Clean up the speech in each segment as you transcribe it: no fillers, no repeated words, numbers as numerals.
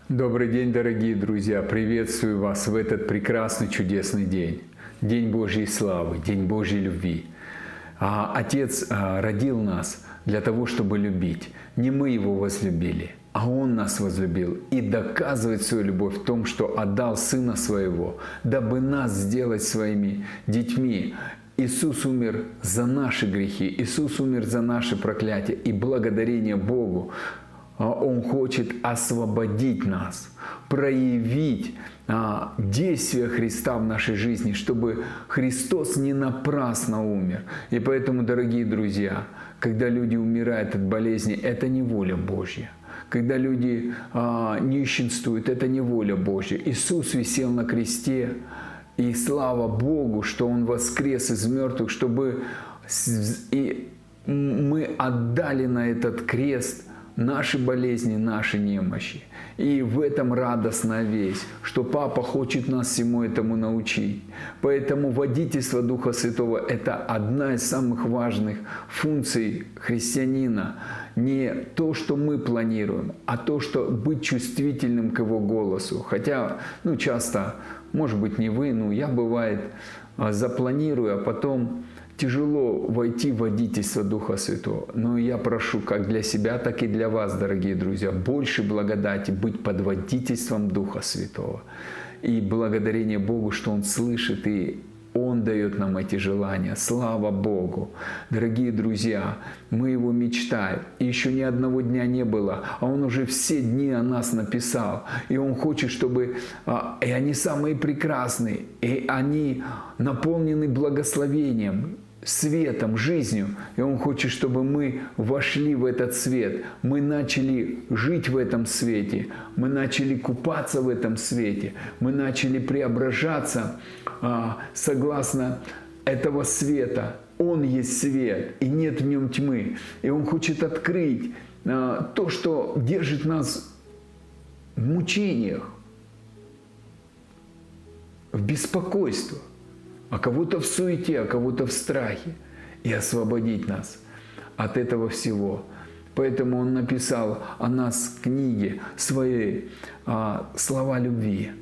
Добрый день, дорогие друзья! Приветствую вас в этот прекрасный, чудесный день. День Божьей славы, День Божьей любви. Отец родил нас для того, чтобы любить. Не мы Его возлюбили, а Он нас возлюбил и доказывает свою любовь в том, что отдал Сына Своего, дабы нас сделать своими детьми. Иисус умер за наши грехи, Иисус умер за наши проклятия. И благодарение Богу Он хочет освободить нас, проявить действие Христа в нашей жизни, чтобы Христос не напрасно умер. И поэтому, дорогие друзья, когда люди умирают от болезни, это не воля Божья. Когда люди нищенствуют, это не воля Божья. Иисус висел на кресте, и слава Богу, что Он воскрес из мертвых, чтобы мы отдали на этот крест наши болезни, наши немощи. И в этом радостная весть, что Папа хочет нас всему этому научить. Поэтому водительство Духа Святого – это одна из самых важных функций христианина. Не то, что мы планируем, а то, что быть чувствительным к Его голосу. Хотя, часто, может быть, не вы, но я, бывает, запланирую, а потом тяжело войти в водительство Духа Святого. Но я прошу как для себя, так и для вас, дорогие друзья, больше благодати быть под водительством Духа Святого. И благодарение Богу, что Он слышит, и Он дает нам эти желания. Слава Богу! Дорогие друзья, мы Его мечтаем. И еще ни одного дня не было, а Он уже все дни о нас написал. И Он хочет, чтобы... И они самые прекрасные, и они наполнены благословением, светом, жизнью. И Он хочет, чтобы мы вошли в этот свет. Мы начали жить в этом свете. Мы начали купаться в этом свете. Мы начали преображаться согласно этого света. Он есть свет, и нет в нем тьмы. И Он хочет открыть то, что держит нас в мучениях, в беспокойстве, а кого-то в суете, а кого-то в страхе, и освободить нас от этого всего. Поэтому Он написал о нас в книге своей слова любви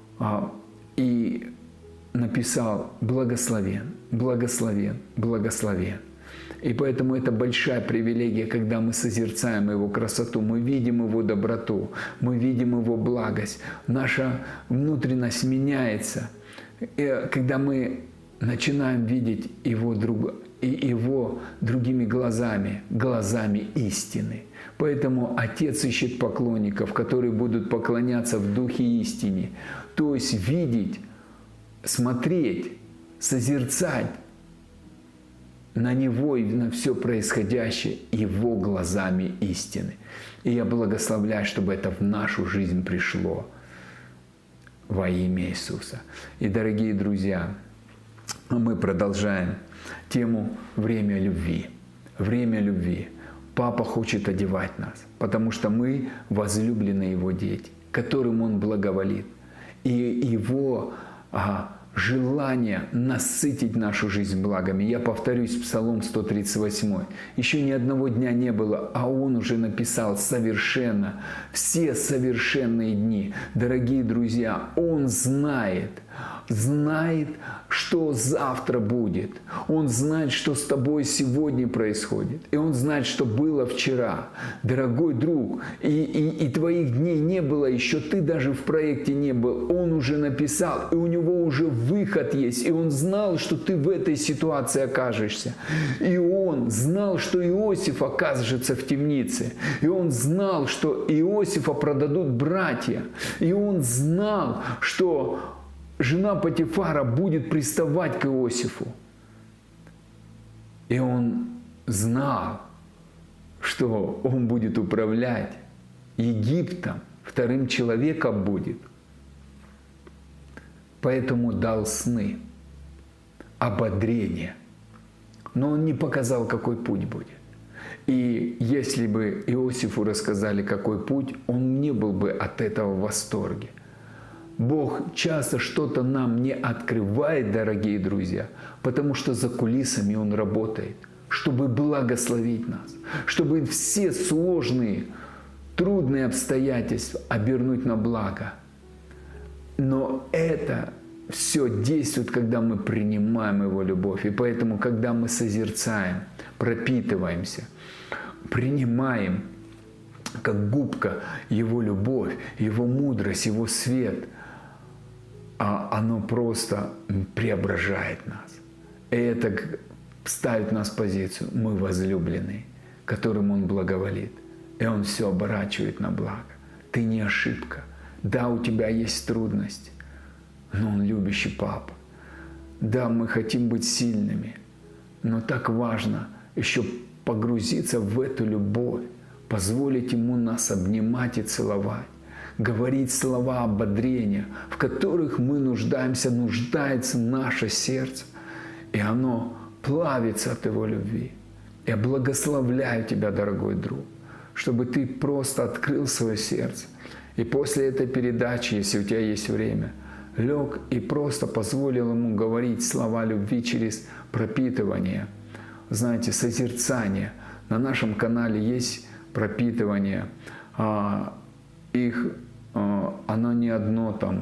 и написал «благословен, благословен, благословен». И поэтому это большая привилегия, когда мы созерцаем Его красоту, мы видим Его доброту, мы видим Его благость, наша внутренность меняется. И когда мы начинаем видеть Его другими глазами, глазами истины. Поэтому Отец ищет поклонников, которые будут поклоняться в Духе истине. То есть видеть, смотреть, созерцать на Него и на все происходящее Его глазами истины. И я благословляю, чтобы это в нашу жизнь пришло во имя Иисуса. И, дорогие друзья, мы продолжаем тему «Время любви». Время любви. Папа хочет одевать нас, потому что мы возлюбленные Его дети, которым Он благоволит. И Его желание насытить нашу жизнь благами. Я повторюсь, Псалом 138. Еще ни одного дня не было, а Он уже написал совершенно, все совершенные дни. Дорогие друзья, Он знает, что завтра будет. Он знает, что с тобой сегодня происходит. И Он знает, что было вчера. Дорогой друг, и твоих дней не было еще, ты даже в проекте не был. Он уже написал, и у Него уже выход есть. И Он знал, что ты в этой ситуации окажешься. И Он знал, что Иосиф окажется в темнице. И Он знал, что Иосифа продадут братья. И Он знал, что жена Потифара будет приставать к Иосифу. И он знал, что он будет управлять Египтом, вторым человеком будет. Поэтому дал сны, ободрение. Но он не показал, какой путь будет. И если бы Иосифу рассказали, какой путь, он не был бы от этого в восторге. Бог часто что-то нам не открывает, дорогие друзья, потому что за кулисами Он работает, чтобы благословить нас, чтобы все сложные трудные обстоятельства обернуть на благо. Но это все действует, когда мы принимаем Его любовь. И поэтому, когда мы созерцаем, пропитываемся, принимаем, как губка, Его любовь, Его мудрость, Его свет, оно просто преображает нас. И это ставит нас в позицию: мы возлюбленные, которым Он благоволит. И Он все оборачивает на благо. Ты не ошибка. Да, у тебя есть трудности, но Он любящий папа. Да, мы хотим быть сильными, но так важно еще погрузиться в эту любовь, позволить Ему нас обнимать и целовать, говорить слова ободрения, в которых мы нуждаемся, нуждается наше сердце, и оно плавится от Его любви. Я благословляю тебя, дорогой друг, чтобы ты просто открыл свое сердце. И после этой передачи, если у тебя есть время, лег и просто позволил Ему говорить слова любви через пропитывание. Знаете, созерцание. На нашем канале есть пропитывание. Оно не одно там,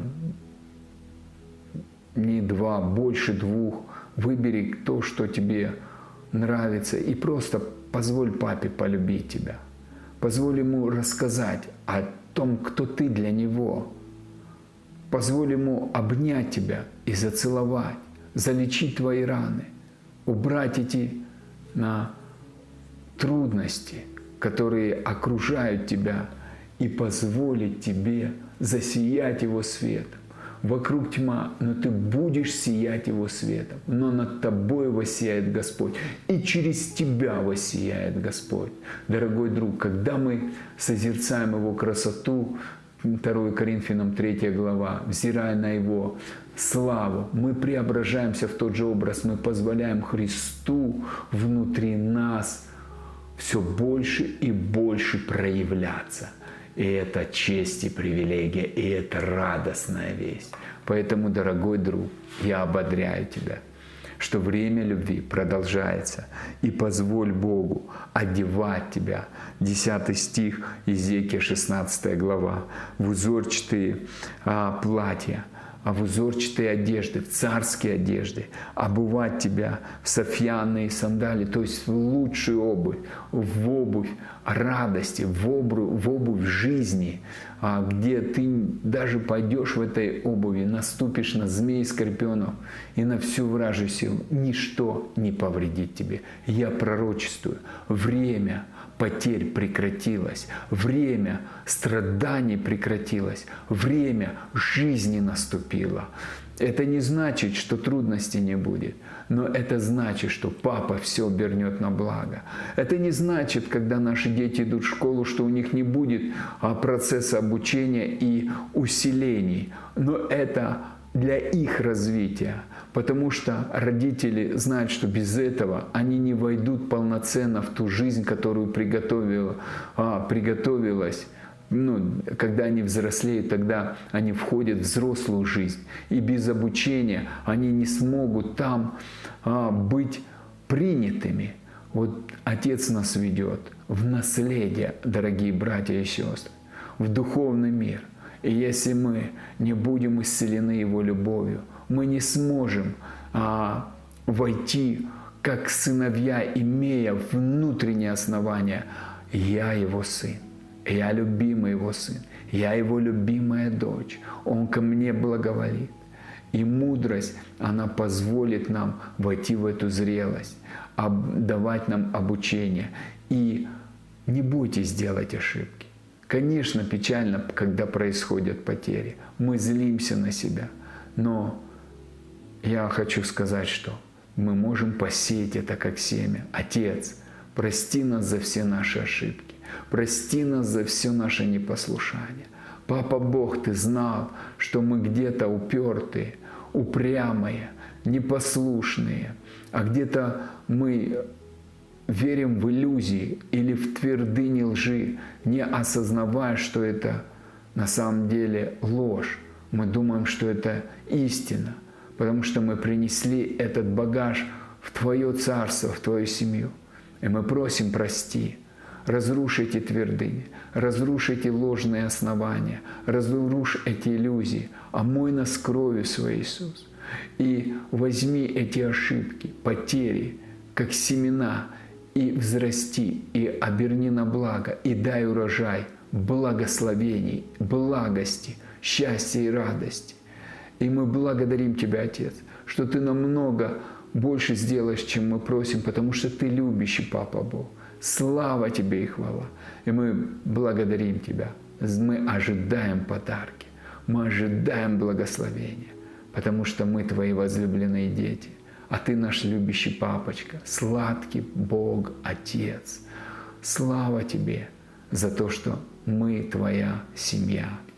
не два, больше двух. Выбери то, что тебе нравится, и просто позволь папе полюбить тебя. Позволь ему рассказать о том, кто ты для него. Позволь ему обнять тебя и зацеловать, залечить твои раны, убрать эти трудности, которые окружают тебя, и позволить тебе засиять Его светом. Вокруг тьма, но ты будешь сиять Его светом. Но над тобой воссияет Господь. И через тебя воссияет Господь. Дорогой друг, когда мы созерцаем Его красоту, 2 Коринфянам 3 глава, взирая на Его славу, мы преображаемся в тот же образ. Мы позволяем Христу внутри нас все больше и больше проявляться. И это честь и привилегия, и это радостная весть. Поэтому, дорогой друг, я ободряю тебя, что время любви продолжается. И позволь Богу одевать тебя. 10 стих, Иезекииля 16 глава. В узорчатые платья, в узорчатые одежды, в царские одежды, обувать тебя в сафьянные сандали, то есть в лучшую обувь, в обувь радости, в обувь жизни, где ты даже пойдешь в этой обуви, наступишь на змей и скорпионов и на всю вражью силу. Ничто не повредит тебе. Я пророчествую, время потерь прекратилось, время страданий прекратилось, время жизни наступило. Это не значит, что трудностей не будет, но это значит, что Папа все обернет на благо. Это не значит, когда наши дети идут в школу, что у них не будет процесса обучения и усилений, но это для их развития, потому что родители знают, что без этого они не войдут полноценно в ту жизнь, которую приготовилась. Когда они взрослеют, тогда они входят в взрослую жизнь. И без обучения они не смогут там быть принятыми. Вот Отец нас ведет в наследие, дорогие братья и сестры, в духовный мир. И если мы не будем исцелены Его любовью, мы не сможем войти как сыновья, имея внутреннее основание. Я Его сын. Я любимый Его сын, я Его любимая дочь, Он ко мне благоволит. И мудрость, она позволит нам войти в эту зрелость, давать нам обучение. И не бойтесь делать ошибки. Конечно, печально, когда происходят потери. Мы злимся на себя. Но я хочу сказать, что мы можем посеять это как семя. Отец, прости нас за все наши ошибки. Прости нас за все наше непослушание. Папа Бог, Ты знал, что мы где-то упертые, упрямые, непослушные, а где-то мы верим в иллюзии или в твердыни лжи, не осознавая, что это на самом деле ложь. Мы думаем, что это истина, потому что мы принесли этот багаж в Твое царство, в Твою семью. И мы просим, прости. разрушь эти твердыни, разрушь эти ложные основания, разрушь эти иллюзии, омой нас кровью своей, Иисус. И возьми эти ошибки, потери, как семена, и взрасти, и оберни на благо, и дай урожай благословений, благости, счастья и радости. И мы благодарим Тебя, Отец, что Ты намного больше сделаешь, чем мы просим, потому что Ты любящий Папа Бог. Слава Тебе и хвала. И мы благодарим Тебя. Мы ожидаем подарки, мы ожидаем благословения, потому что мы Твои возлюбленные дети, а Ты наш любящий Папочка, сладкий Бог, Отец. Слава Тебе за то, что мы Твоя семья.